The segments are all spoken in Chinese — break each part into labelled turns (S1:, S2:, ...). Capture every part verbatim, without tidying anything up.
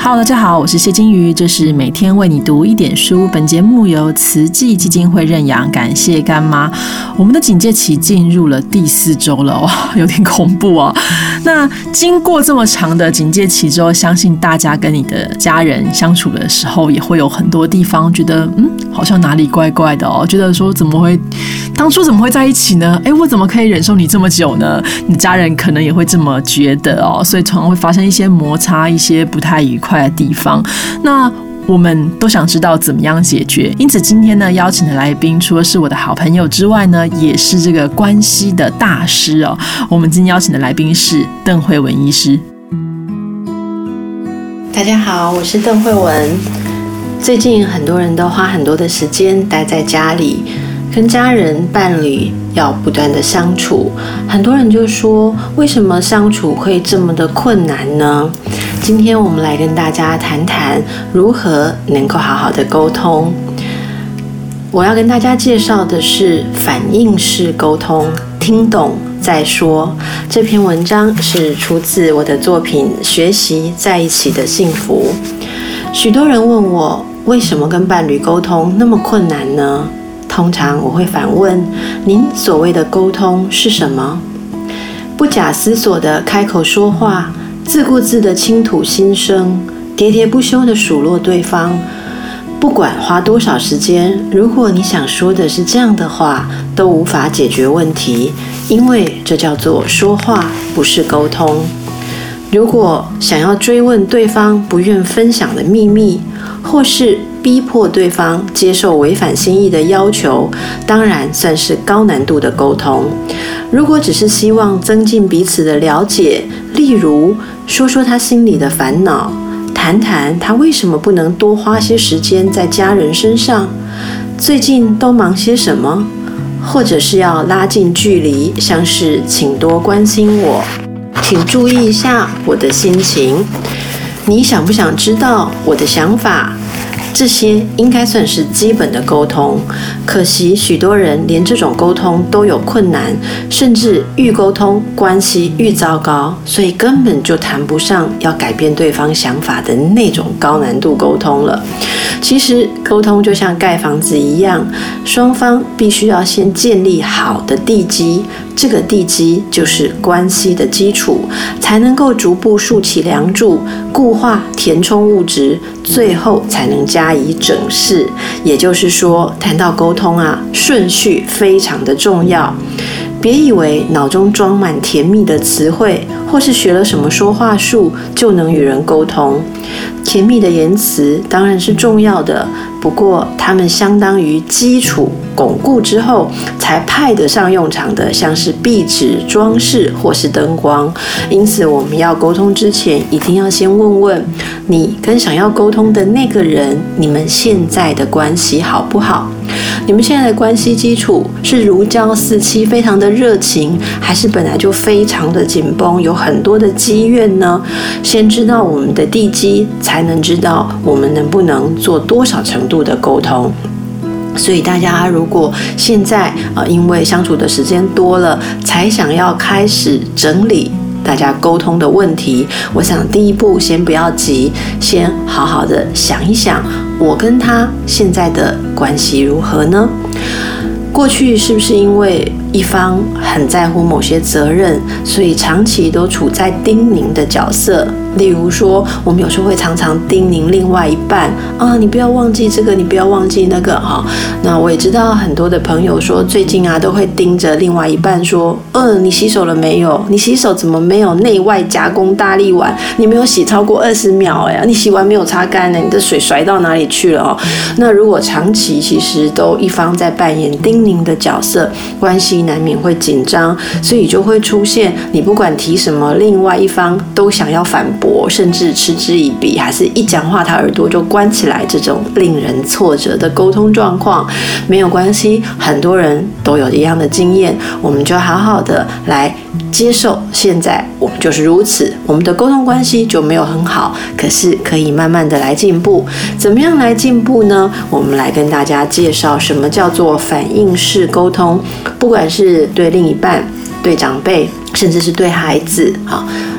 S1: Hello， 大家好，我是谢金鱼，这是每天为你读一点书。本节目由慈济基金会认养，感谢干妈。我们的警戒期进入了第四周了，哇，有点恐怖哦。那经过这么长的警戒期之后，相信大家跟你的家人相处的时候，也会有很多地方觉得，嗯，好像哪里怪怪的哦，觉得说怎么会，当初怎么会在一起呢？哎，我怎么可以忍受你这么久呢？你的家人可能也会这么觉得哦，所以常常会发生一些摩擦，一些不太愉快的地方。那我们都想知道怎么样解决，因此今天呢，邀请的来宾除了是我的好朋友之外呢，也是这个关系的大师哦。我们今天邀请的来宾是邓惠文医师。
S2: 大家好，我是邓惠文。最近很多人都花很多的时间待在家里，跟家人、伴侣要不断的相处。很多人就说，为什么相处会这么的困难呢？今天我们来跟大家谈谈如何能够好好的沟通。我要跟大家介绍的是反应式沟通，听懂再说。这篇文章是出自我的作品《学习在一起的幸福》。许多人问我，为什么跟伴侣沟通那么困难呢？通常我会反问，您所谓的沟通是什么？不假思索的开口说话，自顾自的倾吐心声，喋喋不休的数落对方。不管花多少时间，如果你想说的是这样的话，都无法解决问题，因为这叫做说话，不是沟通。如果想要追问对方不愿分享的秘密，或是逼迫对方接受违反心意的要求，当然算是高难度的沟通。如果只是希望增进彼此的了解，例如说说他心里的烦恼，谈谈他为什么不能多花些时间在家人身上，最近都忙些什么，或者是要拉近距离，像是请多关心我，请注意一下我的心情，你想不想知道我的想法？这些应该算是基本的沟通，可惜许多人连这种沟通都有困难，甚至愈沟通关系愈糟糕，所以根本就谈不上要改变对方想法的那种高难度沟通了。其实沟通就像盖房子一样，双方必须要先建立好的地基，这个地基就是关系的基础，才能够逐步竖起梁柱，固化填充物质，最后才能加以整饰。也就是说，谈到沟通啊，顺序非常的重要。别以为脑中装满甜蜜的词汇，或是学了什么说话术就能与人沟通。甜蜜的言辞当然是重要的，不过它们相当于基础巩固之后才派得上用场的，像是壁纸、装饰或是灯光。因此我们要沟通之前，一定要先问问你跟想要沟通的那个人，你们现在的关系好不好？你们现在的关系基础是如胶似漆，非常的热情，还是本来就非常的紧绷，有很多的积怨呢？先知道我们的地基，才能知道我们能不能做多少程度的沟通。所以大家如果现在、呃、因为相处的时间多了，才想要开始整理大家沟通的问题，我想第一步先不要急，先好好的想一想，我跟他现在的关系如何呢？过去是不是因为一方很在乎某些责任，所以长期都处在叮咛的角色？例如说，我们有时候会常常叮咛另外一半啊，你不要忘记这个，你不要忘记那个哈。那我也知道很多的朋友说，最近啊都会盯着另外一半说，嗯，你洗手了没有？你洗手怎么没有内外夹攻大力丸？你没有洗超过二十秒哎，你洗完没有擦干呢？你的水甩到哪里去了哦？那如果长期其实都一方在扮演叮咛的角色，关系难免会紧张，所以就会出现你不管提什么，另外一方都想要反驳，甚至嗤之以鼻，还是一讲话他耳朵就关起来，这种令人挫折的沟通状况。没有关系，很多人都有一样的经验，我们就好好的来接受现在我们就是如此，我们的沟通关系就没有很好，可是可以慢慢的来进步。怎么样来进步呢？我们来跟大家介绍什么叫做反应式沟通，不管是对另一半、对长辈，甚至是对孩子，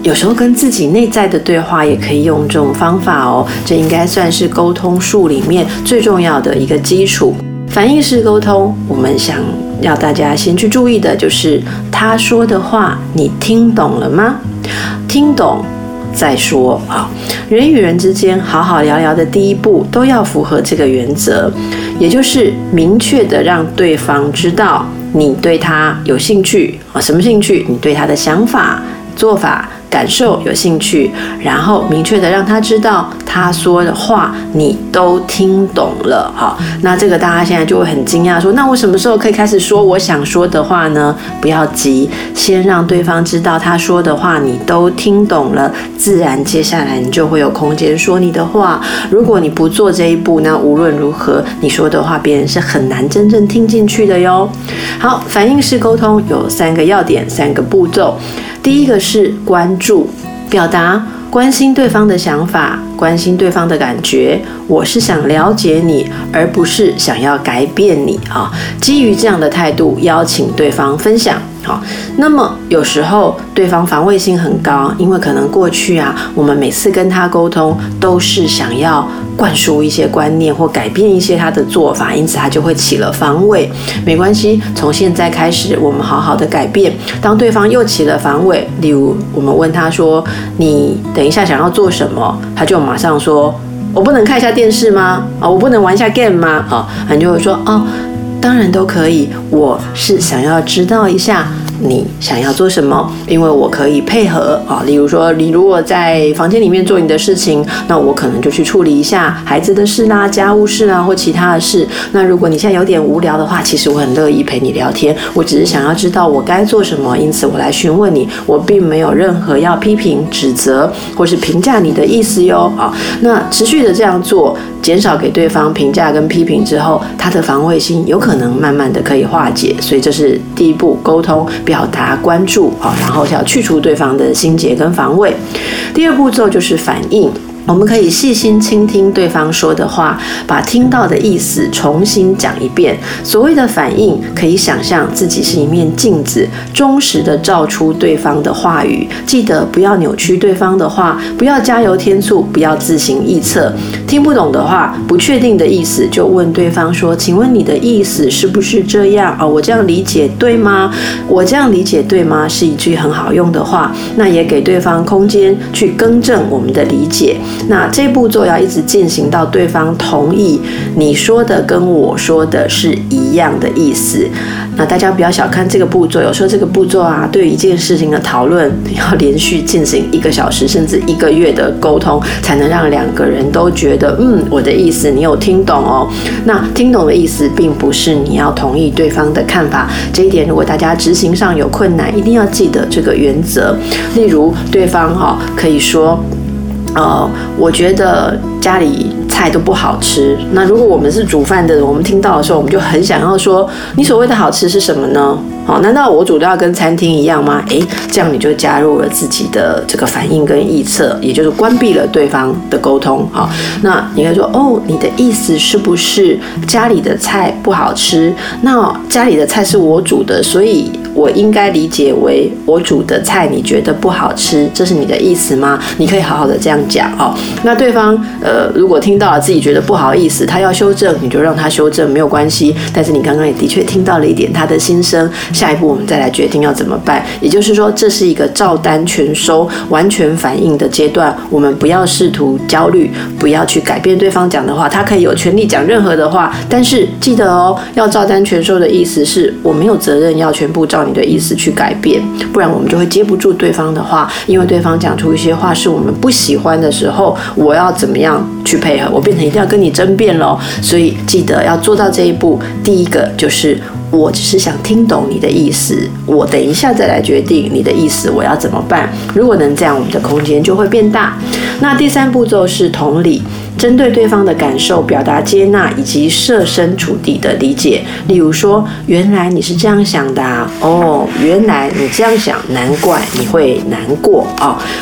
S2: 有时候跟自己内在的对话也可以用这种方法哦，这应该算是沟通术里面最重要的一个基础。反应式沟通，我们想要大家先去注意的就是他说的话你听懂了吗？听懂再说啊。人与人之间好好聊聊的第一步都要符合这个原则，也就是明确的让对方知道你对他有兴趣啊，什么兴趣？你对他的想法、做法、感受有兴趣，然后明确的让他知道他说的话你都听懂了。好，那这个大家现在就会很惊讶说，那我什么时候可以开始说我想说的话呢？不要急，先让对方知道他说的话你都听懂了，自然接下来你就会有空间说你的话。如果你不做这一步，那无论如何你说的话别人是很难真正听进去的哟。好，反应式沟通有三个要点，三个步骤。第一个是关注，表达关心对方的想法，关心对方的感觉，我是想了解你，而不是想要改变你啊。基于这样的态度，邀请对方分享。好，那么有时候对方防卫心很高，因为可能过去啊，我们每次跟他沟通都是想要灌输一些观念或改变一些他的做法，因此他就会起了防卫。没关系，从现在开始，我们好好的改变。当对方又起了防卫，例如我们问他说：“你等一下想要做什么？”他就马上说：“我不能看一下电视吗？啊，我不能玩一下 game 吗？”啊，你就会说：“哦。”当然都可以，我是想要知道一下你想要做什么，因为我可以配合啊。例如说，你如果在房间里面做你的事情，那我可能就去处理一下孩子的事啦、家务事啦或其他的事。那如果你现在有点无聊的话，其实我很乐意陪你聊天。我只是想要知道我该做什么，因此我来询问你。我并没有任何要批评、指责或是评价你的意思哟啊。那持续的这样做，减少给对方评价跟批评之后，他的防卫心有可能慢慢的可以化解。所以这是第一步，沟通、表达、关注啊，然后要去除对方的心结跟防卫。第二步骤就是反应。我们可以细心倾听对方说的话，把听到的意思重新讲一遍。所谓的反应，可以想象自己是一面镜子，忠实的照出对方的话语。记得不要扭曲对方的话，不要加油添醋，不要自行臆测。听不懂的话，不确定的意思，就问对方说：“请问你的意思是不是这样啊？我这样理解对吗？我这样理解对吗？”是一句很好用的话，那也给对方空间去更正我们的理解。那这步骤要一直进行到对方同意你说的跟我说的是一样的意思。那大家不要小看这个步骤，有时候这个步骤啊，对于一件事情的讨论要连续进行一个小时甚至一个月的沟通，才能让两个人都觉得嗯，我的意思你有听懂哦。那听懂的意思并不是你要同意对方的看法，这一点如果大家执行上有困难，一定要记得这个原则。例如对方哈、哦、可以说呃，我觉得家里菜都不好吃。那如果我们是煮饭的人，我们听到的时候，我们就很想要说，你所谓的好吃是什么呢？好，难道我煮的要跟餐厅一样吗？诶，这样你就加入了自己的这个反应跟臆测，也就是关闭了对方的沟通。好，那你可以说，哦，你的意思是不是家里的菜不好吃？那家里的菜是我煮的，所以我应该理解为我煮的菜你觉得不好吃，这是你的意思吗？你可以好好的这样讲哦。那对方呃，如果听到了自己觉得不好意思，他要修正，你就让他修正，没有关系。但是你刚刚也的确听到了一点他的心声，下一步我们再来决定要怎么办。也就是说，这是一个照单全收、完全反应的阶段。我们不要试图焦虑，不要去改变对方讲的话，他可以有权利讲任何的话，但是记得哦，要照单全收的意思是我没有责任要全部照你的意思去改变，不然我们就会接不住对方的话，因为对方讲出一些话是我们不喜欢的时候，我要怎么样去配合？我变成一定要跟你争辩咯。所以记得要做到这一步，第一个就是我只是想听懂你的意思，我等一下再来决定你的意思我要怎么办。如果能这样，我们的空间就会变大。那第三步骤是同理，针对对方的感受表达接纳以及设身处地的理解。例如说，原来你是这样想的啊，哦，原来你这样想，难怪你会难过啊、哦。那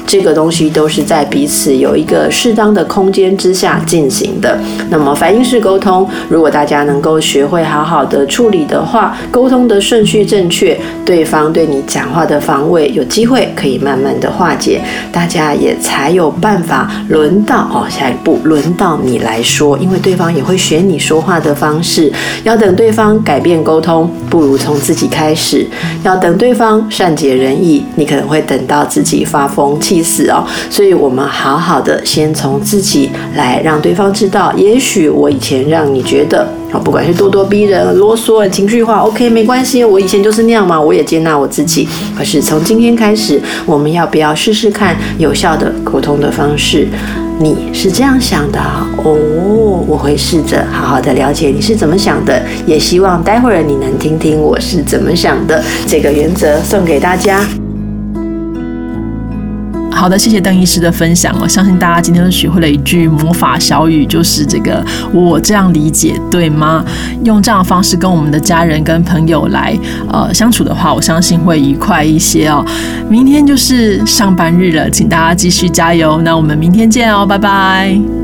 S2: 这个东西都是在彼此有一个适当的空间之下进行的。那么反应式沟通，如果大家能够学会好好的处理的话，沟通的顺序正确，对方对你讲话的防卫有机会可以慢慢的化解，大家也才有办法轮到哦，下一步轮到你来说，因为对方也会学你说话的方式。要等对方改变沟通，不如从自己开始。要等对方善解人意，你可能会等到自己发疯气死哦。所以我们好好的先从自己来让对方知道，也许我以前让你觉得不管是咄咄逼人、啰嗦、情绪化 OK 没关系，我以前就是那样嘛，我也接纳我自己。可是从今天开始，我们要不要试试看有效的沟通的方式？你是这样想的哦，我会试着好好的了解你是怎么想的，也希望待会儿你能听听我是怎么想的。这个原则送给大家。
S1: 好的，谢谢邓医师的分享。我相信大家今天都学会了一句魔法小语，就是这个我这样理解对吗？用这样的方式跟我们的家人跟朋友来呃相处的话，我相信会愉快一些哦。明天就是上班日了，请大家继续加油，那我们明天见哦，拜拜。